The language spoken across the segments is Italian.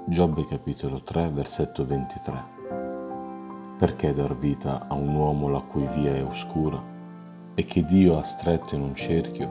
Giobbe capitolo 3, versetto 23. Perché dar vita a un uomo la cui via è oscura e che Dio ha stretto in un cerchio?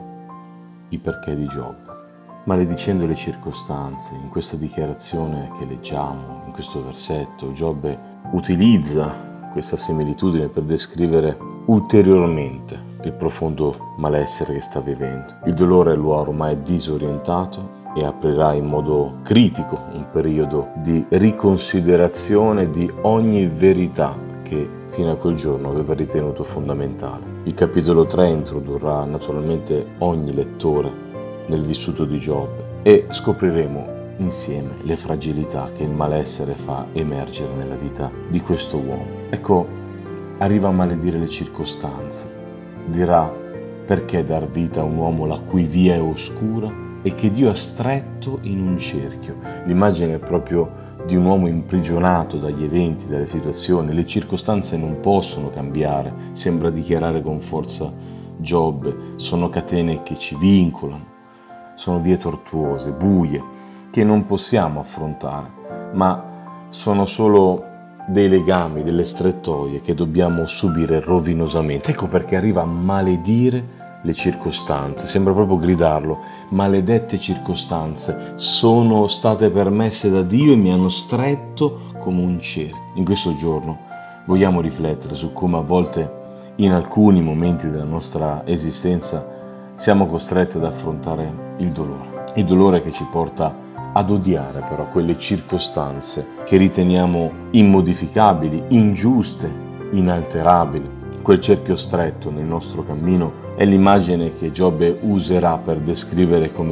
I perché di Giobbe. Maledicendo le circostanze, in questa dichiarazione che leggiamo, in questo versetto, Giobbe utilizza questa similitudine per descrivere ulteriormente il profondo malessere che sta vivendo. Il dolore lo ha ormai disorientato e aprirà in modo critico un periodo di riconsiderazione di ogni verità che fino a quel giorno aveva ritenuto fondamentale. Il capitolo 3 introdurrà naturalmente ogni lettore nel vissuto di Giobbe e scopriremo insieme le fragilità che il malessere fa emergere nella vita di questo uomo. Ecco, arriva a maledire le circostanze. Dirà: perché dar vita a un uomo la cui via è oscura e che Dio ha stretto in un cerchio? L'immagine è proprio di un uomo imprigionato dagli eventi, dalle situazioni. Le circostanze non possono cambiare, sembra dichiarare con forza Giobbe. Sono catene che ci vincolano, sono vie tortuose, buie, che non possiamo affrontare, ma sono solo dei legami, delle strettoie che dobbiamo subire rovinosamente. Ecco perché arriva a maledire le circostanze, sembra proprio gridarlo: maledette circostanze, sono state permesse da Dio e mi hanno stretto come un cerchio. In questo giorno vogliamo riflettere su come a volte in alcuni momenti della nostra esistenza siamo costretti ad affrontare il dolore che ci porta ad odiare però quelle circostanze che riteniamo immodificabili, ingiuste, inalterabili. Quel cerchio stretto nel nostro cammino è l'immagine che Giobbe userà per descrivere come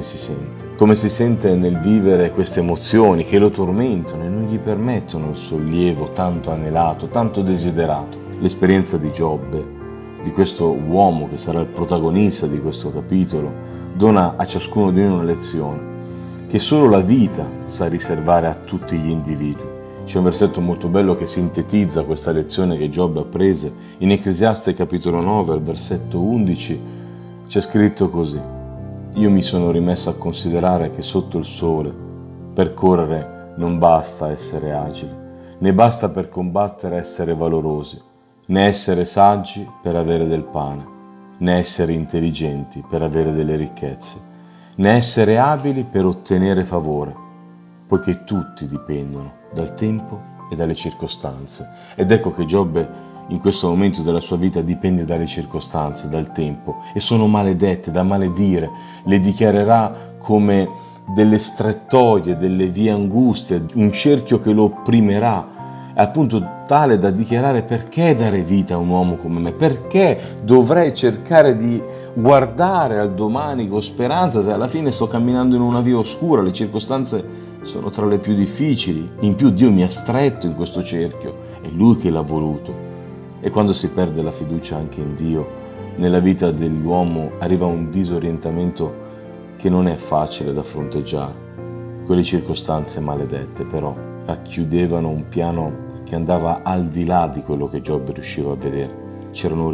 si sente nel vivere queste emozioni che lo tormentano e non gli permettono il sollievo tanto anelato, tanto desiderato. L'esperienza di Giobbe, di questo uomo che sarà il protagonista di questo capitolo, dona a ciascuno di noi una lezione che solo la vita sa riservare a tutti gli individui. C'è un versetto molto bello che sintetizza questa lezione che Giobbe apprese. In Ecclesiaste capitolo 9, al versetto 11, c'è scritto così: io mi sono rimesso a considerare che sotto il sole per correre non basta essere agili, né basta per combattere essere valorosi, né essere saggi per avere del pane, né essere intelligenti per avere delle ricchezze, né essere abili per ottenere favore, poiché tutti dipendono dal tempo e dalle circostanze. Ed ecco che Giobbe in questo momento della sua vita dipende dalle circostanze, dal tempo, e sono maledette, da maledire. Le dichiarerà come delle strettoie, delle vie anguste, un cerchio che lo opprimerà, al punto tale da dichiarare: perché dare vita a un uomo come me? Perché dovrei cercare di guardare al domani con speranza se alla fine sto camminando in una via oscura? Le circostanze sono tra le più difficili, in più Dio mi ha stretto in questo cerchio, è Lui che l'ha voluto. E quando si perde la fiducia anche in Dio, nella vita dell'uomo arriva un disorientamento che non è facile da fronteggiare. Quelle circostanze maledette però racchiudevano un piano che andava al di là di quello che Giobbe riusciva a vedere. C'era un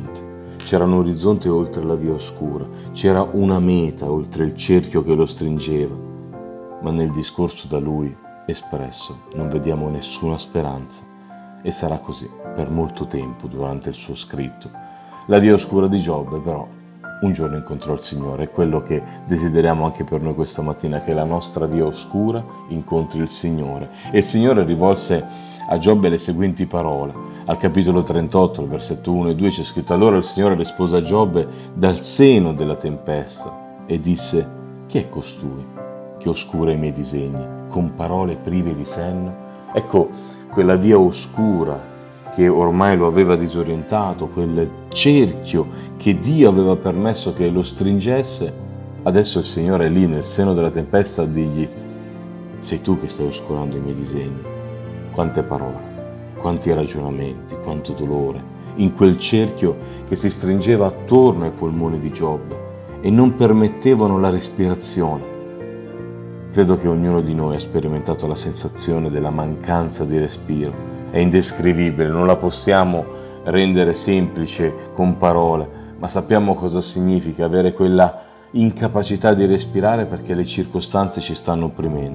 orizzonte oltre la via oscura, c'era una meta oltre il cerchio che lo stringeva, ma nel discorso da lui espresso non vediamo nessuna speranza, e sarà così per molto tempo durante il suo scritto. La via oscura di Giobbe però un giorno incontrò il Signore. È quello che desideriamo anche per noi questa mattina, che la nostra via oscura incontri il Signore. E il Signore rivolse a Giobbe le seguenti parole. Al capitolo 38, al versetto 1 e 2 c'è scritto: allora il Signore rispose a Giobbe dal seno della tempesta e disse: chi è costui che oscura i miei disegni con parole prive di senno? Ecco, quella via oscura che ormai lo aveva disorientato, quel cerchio che Dio aveva permesso che lo stringesse, adesso il Signore è lì nel seno della tempesta a dirgli: sei tu che stai oscurando i miei disegni. Quante parole, quanti ragionamenti, quanto dolore, in quel cerchio che si stringeva attorno ai polmoni di Giobbe e non permettevano la respirazione. Credo che ognuno di noi ha sperimentato la sensazione della mancanza di respiro. È indescrivibile, non la possiamo rendere semplice con parole, ma sappiamo cosa significa avere quella incapacità di respirare perché le circostanze ci stanno opprimendo.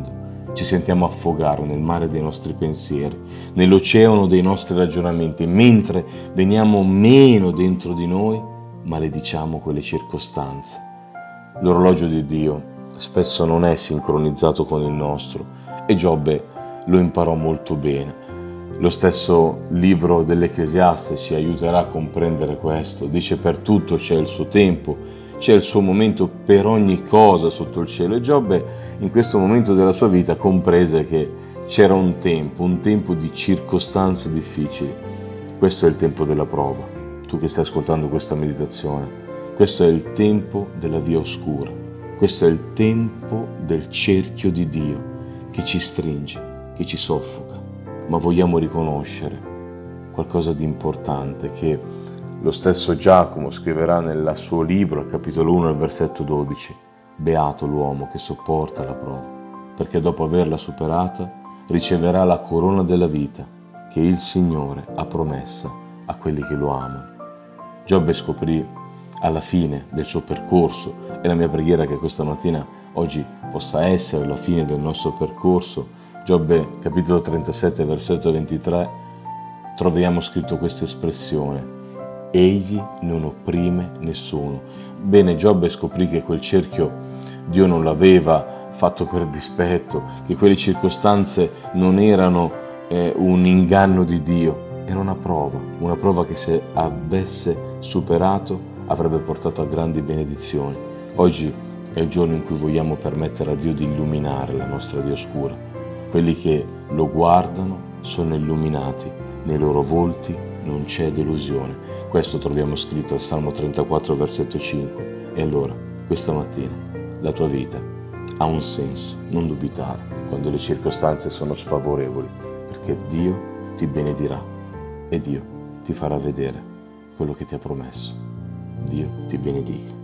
ci sentiamo affogare nel mare dei nostri pensieri, nell'oceano dei nostri ragionamenti, mentre veniamo meno dentro di noi, malediciamo quelle circostanze. L'orologio di Dio spesso non è sincronizzato con il nostro e Giobbe lo imparò molto bene. Lo stesso libro dell'Ecclesiaste ci aiuterà a comprendere questo. Dice: per tutto c'è il suo tempo, c'è il suo momento per ogni cosa sotto il cielo. E Giobbe in questo momento della sua vita comprese che c'era un tempo di circostanze difficili. Questo è il tempo della prova. Tu che stai ascoltando questa meditazione, questo è il tempo della via oscura. Questo è il tempo del cerchio di Dio che ci stringe, che ci soffoca. Ma vogliamo riconoscere qualcosa di importante che lo stesso Giacomo scriverà nel suo libro, al capitolo 1, al versetto 12. Beato l'uomo che sopporta la prova, perché dopo averla superata riceverà la corona della vita che il Signore ha promessa a quelli che lo amano. Giobbe scoprì alla fine del suo percorso, e la mia preghiera è che questa mattina, oggi, possa essere la fine del nostro percorso. Giobbe, capitolo 37, versetto 23, troviamo scritto questa espressione: egli non opprime nessuno. Bene, Giobbe scoprì che quel cerchio Dio non l'aveva fatto per dispetto, che quelle circostanze non erano un inganno di Dio, era una prova che se avesse superato avrebbe portato a grandi benedizioni. Oggi è il giorno in cui vogliamo permettere a Dio di illuminare la nostra via oscura. Quelli che lo guardano sono illuminati, nei loro volti non c'è delusione. Questo troviamo scritto al Salmo 34, versetto 5. E allora, questa mattina, la tua vita ha un senso, non dubitare quando le circostanze sono sfavorevoli, perché Dio ti benedirà e Dio ti farà vedere quello che ti ha promesso. Dio ti benedica.